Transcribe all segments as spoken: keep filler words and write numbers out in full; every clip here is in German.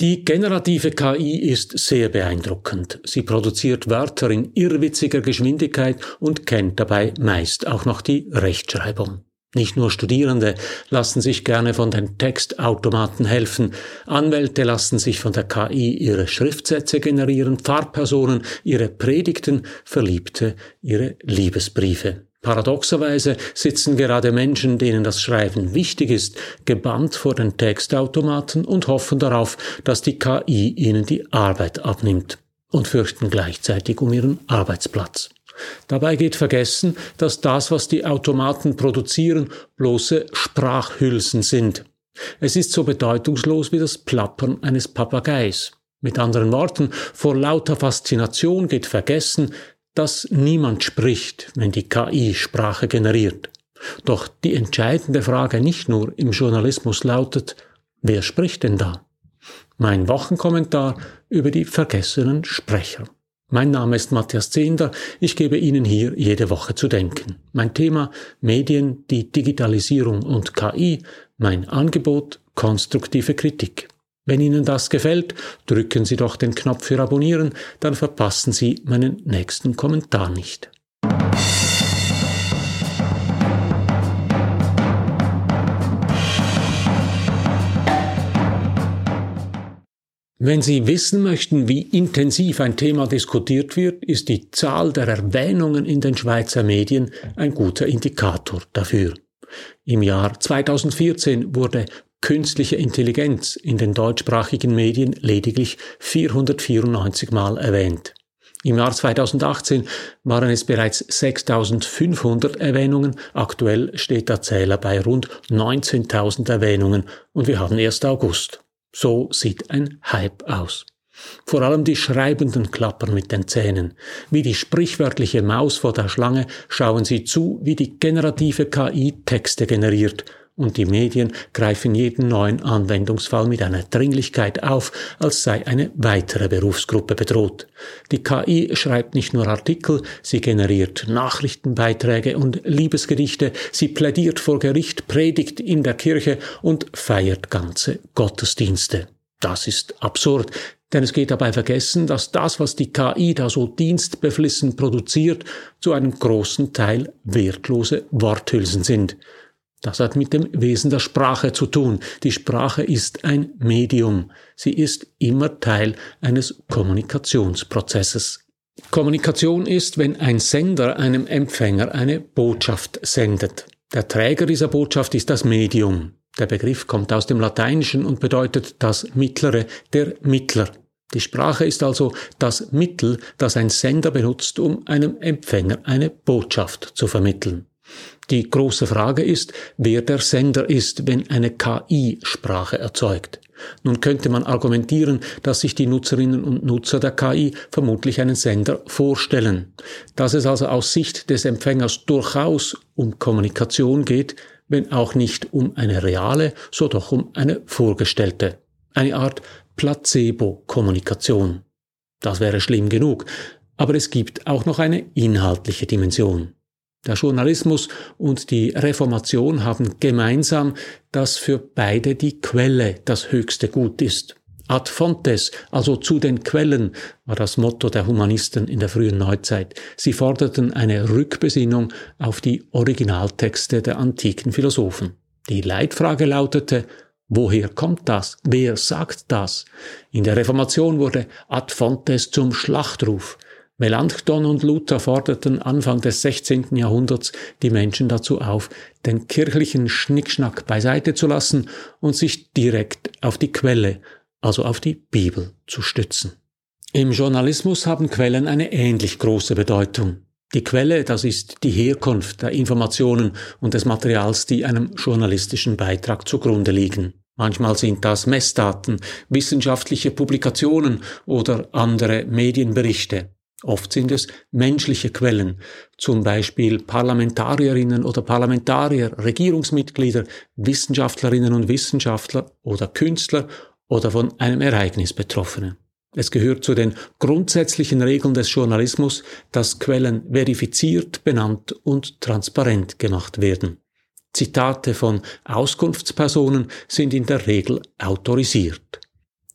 Die generative K I ist sehr beeindruckend. Sie produziert Wörter in irrwitziger Geschwindigkeit und kennt dabei meist auch noch die Rechtschreibung. Nicht nur Studierende lassen sich gerne von den Textautomaten helfen, Anwälte lassen sich von der K I ihre Schriftsätze generieren, Pfarrpersonen ihre Predigten, Verliebte ihre Liebesbriefe. Paradoxerweise sitzen gerade Menschen, denen das Schreiben wichtig ist, gebannt vor den Textautomaten und hoffen darauf, dass die K I ihnen die Arbeit abnimmt und fürchten gleichzeitig um ihren Arbeitsplatz. Dabei geht vergessen, dass das, was die Automaten produzieren, bloße Sprachhülsen sind. Es ist so bedeutungslos wie das Plappern eines Papageis. Mit anderen Worten, vor lauter Faszination geht vergessen, dass niemand spricht, wenn die K I Sprache generiert. Doch die entscheidende Frage nicht nur im Journalismus lautet, wer spricht denn da? Mein Wochenkommentar über die vergessenen Sprecher. Mein Name ist Matthias Zehnder, ich gebe Ihnen hier jede Woche zu denken. Mein Thema Medien, die Digitalisierung und K I, mein Angebot konstruktive Kritik. Wenn Ihnen das gefällt, drücken Sie doch den Knopf für Abonnieren, dann verpassen Sie meinen nächsten Kommentar nicht. Wenn Sie wissen möchten, wie intensiv ein Thema diskutiert wird, ist die Zahl der Erwähnungen in den Schweizer Medien ein guter Indikator dafür. Im Jahr zweitausendvierzehn wurde künstliche Intelligenz in den deutschsprachigen Medien lediglich vierhundertvierundneunzig Mal erwähnt. Im Jahr zweitausendachtzehn waren es bereits sechstausendfünfhundert Erwähnungen, aktuell steht der Zähler bei rund neunzehntausend Erwähnungen und wir haben erst August. So sieht ein Hype aus. Vor allem die Schreibenden klappern mit den Zähnen. Wie die sprichwörtliche Maus vor der Schlange schauen sie zu, wie die generative K I Texte generiert. Und die Medien greifen jeden neuen Anwendungsfall mit einer Dringlichkeit auf, als sei eine weitere Berufsgruppe bedroht. Die K I schreibt nicht nur Artikel, sie generiert Nachrichtenbeiträge und Liebesgedichte, sie plädiert vor Gericht, predigt in der Kirche und feiert ganze Gottesdienste. Das ist absurd, denn es geht dabei vergessen, dass das, was die K I da so dienstbeflissen produziert, zu einem großen Teil wertlose Worthülsen sind. Das hat mit dem Wesen der Sprache zu tun. Die Sprache ist ein Medium. Sie ist immer Teil eines Kommunikationsprozesses. Kommunikation ist, wenn ein Sender einem Empfänger eine Botschaft sendet. Der Träger dieser Botschaft ist das Medium. Der Begriff kommt aus dem Lateinischen und bedeutet das Mittlere, der Mittler. Die Sprache ist also das Mittel, das ein Sender benutzt, um einem Empfänger eine Botschaft zu vermitteln. Die große Frage ist, wer der Sender ist, wenn eine K I Sprache erzeugt. Nun könnte man argumentieren, dass sich die Nutzerinnen und Nutzer der K I vermutlich einen Sender vorstellen. Dass es also aus Sicht des Empfängers durchaus um Kommunikation geht, wenn auch nicht um eine reale, so doch um eine vorgestellte. Eine Art Placebo-Kommunikation. Das wäre schlimm genug, aber es gibt auch noch eine inhaltliche Dimension. Der Journalismus und die Reformation haben gemeinsam, dass für beide die Quelle das höchste Gut ist. Ad fontes, also zu den Quellen, war das Motto der Humanisten in der frühen Neuzeit. Sie forderten eine Rückbesinnung auf die Originaltexte der antiken Philosophen. Die Leitfrage lautete: Woher kommt das? Wer sagt das? In der Reformation wurde Ad fontes zum Schlachtruf. Melanchthon und Luther forderten Anfang des sechzehnten Jahrhunderts die Menschen dazu auf, den kirchlichen Schnickschnack beiseite zu lassen und sich direkt auf die Quelle, also auf die Bibel, zu stützen. Im Journalismus haben Quellen eine ähnlich große Bedeutung. Die Quelle, das ist die Herkunft der Informationen und des Materials, die einem journalistischen Beitrag zugrunde liegen. Manchmal sind das Messdaten, wissenschaftliche Publikationen oder andere Medienberichte. Oft sind es menschliche Quellen, zum Beispiel Parlamentarierinnen oder Parlamentarier, Regierungsmitglieder, Wissenschaftlerinnen und Wissenschaftler oder Künstler oder von einem Ereignis Betroffene. Es gehört zu den grundsätzlichen Regeln des Journalismus, dass Quellen verifiziert, benannt und transparent gemacht werden. Zitate von Auskunftspersonen sind in der Regel autorisiert.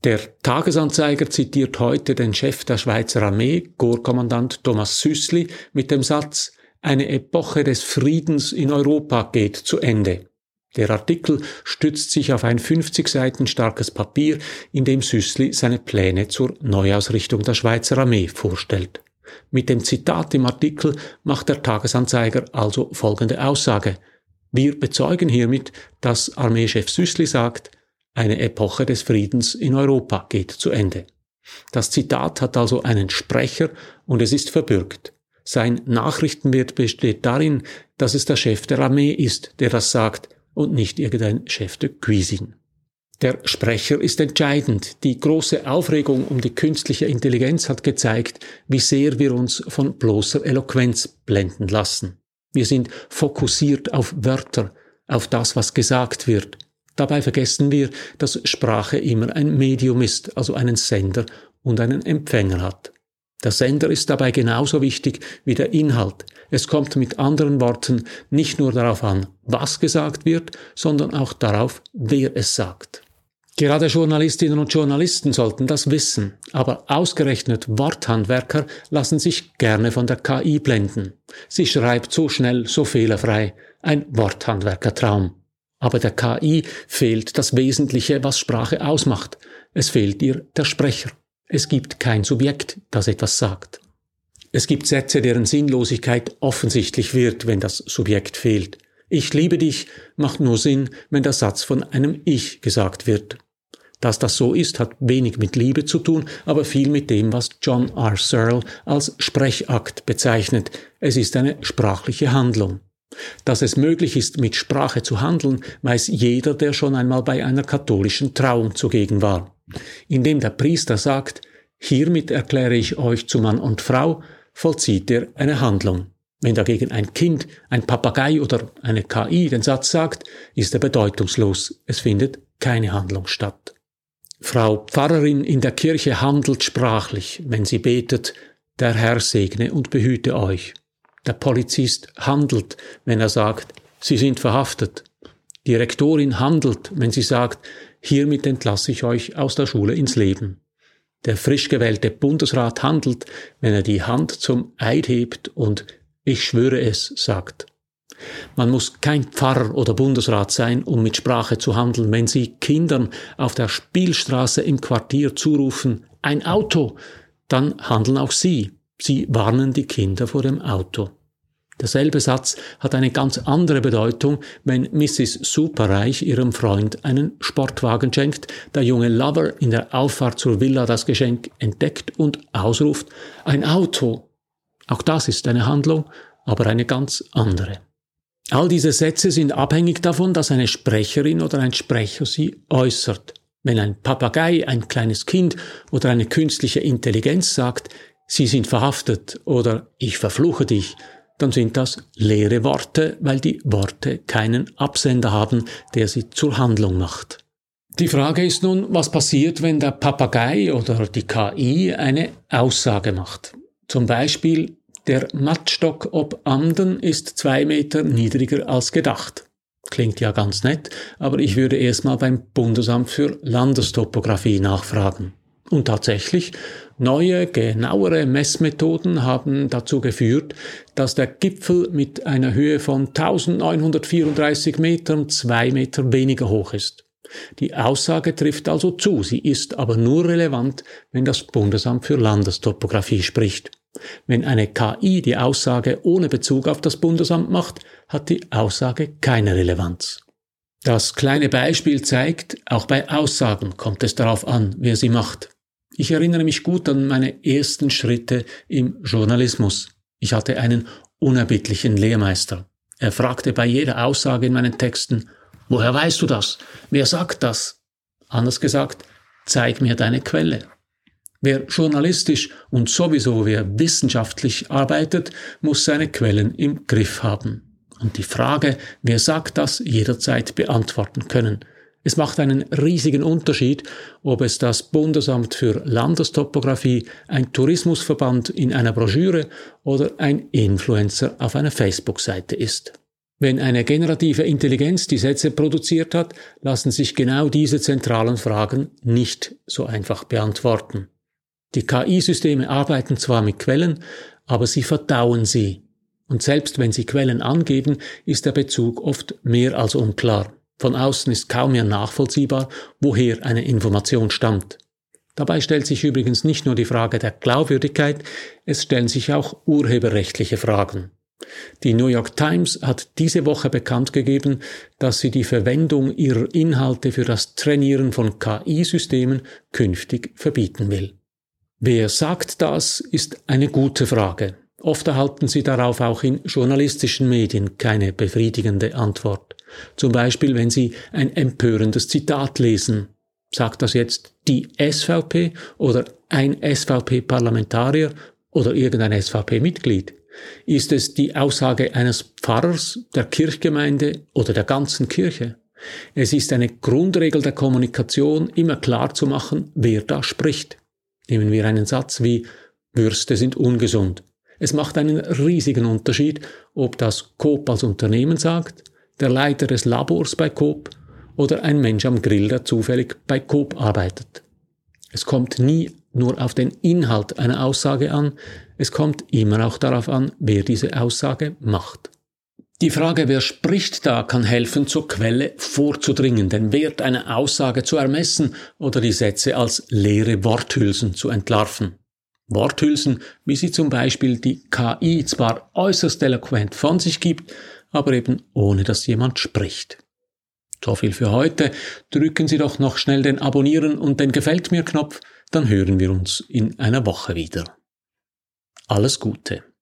Der Tagesanzeiger zitiert heute den Chef der Schweizer Armee, Korpskommandant Thomas Süssli, mit dem Satz: Eine Epoche des Friedens in Europa geht zu Ende. Der Artikel stützt sich auf ein fünfzig Seiten starkes Papier, in dem Süssli seine Pläne zur Neuausrichtung der Schweizer Armee vorstellt. Mit dem Zitat im Artikel macht der Tagesanzeiger also folgende Aussage: Wir bezeugen hiermit, dass Armeechef Süssli sagt, eine Epoche des Friedens in Europa geht zu Ende. Das Zitat hat also einen Sprecher und es ist verbürgt. Sein Nachrichtenwert besteht darin, dass es der Chef der Armee ist, der das sagt und nicht irgendein Chef de Cuisine. Der Sprecher ist entscheidend. Die große Aufregung um die künstliche Intelligenz hat gezeigt, wie sehr wir uns von bloßer Eloquenz blenden lassen. Wir sind fokussiert auf Wörter, auf das, was gesagt wird. Dabei vergessen wir, dass Sprache immer ein Medium ist, also einen Sender und einen Empfänger hat. Der Sender ist dabei genauso wichtig wie der Inhalt. Es kommt mit anderen Worten nicht nur darauf an, was gesagt wird, sondern auch darauf, wer es sagt. Gerade Journalistinnen und Journalisten sollten das wissen, aber ausgerechnet Worthandwerker lassen sich gerne von der K I blenden. Sie schreibt so schnell, so fehlerfrei, ein Worthandwerkertraum. Aber der K I fehlt das Wesentliche, was Sprache ausmacht. Es fehlt ihr der Sprecher. Es gibt kein Subjekt, das etwas sagt. Es gibt Sätze, deren Sinnlosigkeit offensichtlich wird, wenn das Subjekt fehlt. Ich liebe dich macht nur Sinn, wenn der Satz von einem Ich gesagt wird. Dass das so ist, hat wenig mit Liebe zu tun, aber viel mit dem, was John R. Searle als Sprechakt bezeichnet. Es ist eine sprachliche Handlung. Dass es möglich ist, mit Sprache zu handeln, weiß jeder, der schon einmal bei einer katholischen Trauung zugegen war. Indem der Priester sagt, hiermit erkläre ich euch zu Mann und Frau, vollzieht er eine Handlung. Wenn dagegen ein Kind, ein Papagei oder eine K I den Satz sagt, ist er bedeutungslos. Es findet keine Handlung statt. Frau Pfarrerin in der Kirche handelt sprachlich, wenn sie betet, der Herr segne und behüte euch. Der Polizist handelt, wenn er sagt, Sie sind verhaftet. Die Rektorin handelt, wenn sie sagt, hiermit entlasse ich euch aus der Schule ins Leben. Der frisch gewählte Bundesrat handelt, wenn er die Hand zum Eid hebt und ich schwöre es sagt. Man muss kein Pfarrer oder Bundesrat sein, um mit Sprache zu handeln. Wenn Sie Kindern auf der Spielstraße im Quartier zurufen, ein Auto, dann handeln auch Sie. Sie warnen die Kinder vor dem Auto. Derselbe Satz hat eine ganz andere Bedeutung, wenn Missis Superreich ihrem Freund einen Sportwagen schenkt, der junge Lover in der Auffahrt zur Villa das Geschenk entdeckt und ausruft, ein Auto. Auch das ist eine Handlung, aber eine ganz andere. All diese Sätze sind abhängig davon, dass eine Sprecherin oder ein Sprecher sie äußert. Wenn ein Papagei, ein kleines Kind oder eine künstliche Intelligenz sagt, Sie sind verhaftet oder ich verfluche dich, dann sind das leere Worte, weil die Worte keinen Absender haben, der sie zur Handlung macht. Die Frage ist nun, was passiert, wenn der Papagei oder die K I eine Aussage macht? Zum Beispiel, der Matschstock ob Amden ist zwei Meter niedriger als gedacht. Klingt ja ganz nett, aber ich würde erstmal beim Bundesamt für Landestopographie nachfragen. Und tatsächlich, neue, genauere Messmethoden haben dazu geführt, dass der Gipfel mit einer Höhe von eintausendneunhundertvierunddreißig Metern zwei Meter weniger hoch ist. Die Aussage trifft also zu, sie ist aber nur relevant, wenn das Bundesamt für Landestopographie spricht. Wenn eine K I die Aussage ohne Bezug auf das Bundesamt macht, hat die Aussage keine Relevanz. Das kleine Beispiel zeigt, auch bei Aussagen kommt es darauf an, wer sie macht. Ich erinnere mich gut an meine ersten Schritte im Journalismus. Ich hatte einen unerbittlichen Lehrmeister. Er fragte bei jeder Aussage in meinen Texten, woher weißt du das? Wer sagt das? Anders gesagt, zeig mir deine Quelle. Wer journalistisch und sowieso wer wissenschaftlich arbeitet, muss seine Quellen im Griff haben. Und die Frage, wer sagt das, jederzeit beantworten können. Es macht einen riesigen Unterschied, ob es das Bundesamt für Landestopographie, ein Tourismusverband in einer Broschüre oder ein Influencer auf einer Facebook-Seite ist. Wenn eine generative Intelligenz die Sätze produziert hat, lassen sich genau diese zentralen Fragen nicht so einfach beantworten. Die K I-Systeme arbeiten zwar mit Quellen, aber sie verdauen sie. Und selbst wenn sie Quellen angeben, ist der Bezug oft mehr als unklar. Von außen ist kaum mehr nachvollziehbar, woher eine Information stammt. Dabei stellt sich übrigens nicht nur die Frage der Glaubwürdigkeit, es stellen sich auch urheberrechtliche Fragen. Die New York Times hat diese Woche bekannt gegeben, dass sie die Verwendung ihrer Inhalte für das Trainieren von K I-Systemen künftig verbieten will. Wer sagt das, ist eine gute Frage. Oft erhalten Sie darauf auch in journalistischen Medien keine befriedigende Antwort. Zum Beispiel, wenn Sie ein empörendes Zitat lesen. Sagt das jetzt die S V P oder ein S V P-Parlamentarier oder irgendein S V P-Mitglied? Ist es die Aussage eines Pfarrers, der Kirchgemeinde oder der ganzen Kirche? Es ist eine Grundregel der Kommunikation, immer klar zu machen, wer da spricht. Nehmen wir einen Satz wie Würste sind ungesund. Es macht einen riesigen Unterschied, ob das Coop als Unternehmen sagt, der Leiter des Labors bei Coop oder ein Mensch am Grill, der zufällig bei Coop arbeitet. Es kommt nie nur auf den Inhalt einer Aussage an, es kommt immer auch darauf an, wer diese Aussage macht. Die Frage, wer spricht da, kann helfen, zur Quelle vorzudringen, den Wert einer Aussage zu ermessen oder die Sätze als leere Worthülsen zu entlarven. Worthülsen, wie sie zum Beispiel die K I zwar äußerst eloquent von sich gibt, aber eben ohne dass jemand spricht. So viel für heute. Drücken Sie doch noch schnell den Abonnieren und den Gefällt mir Knopf, dann hören wir uns in einer Woche wieder. Alles Gute.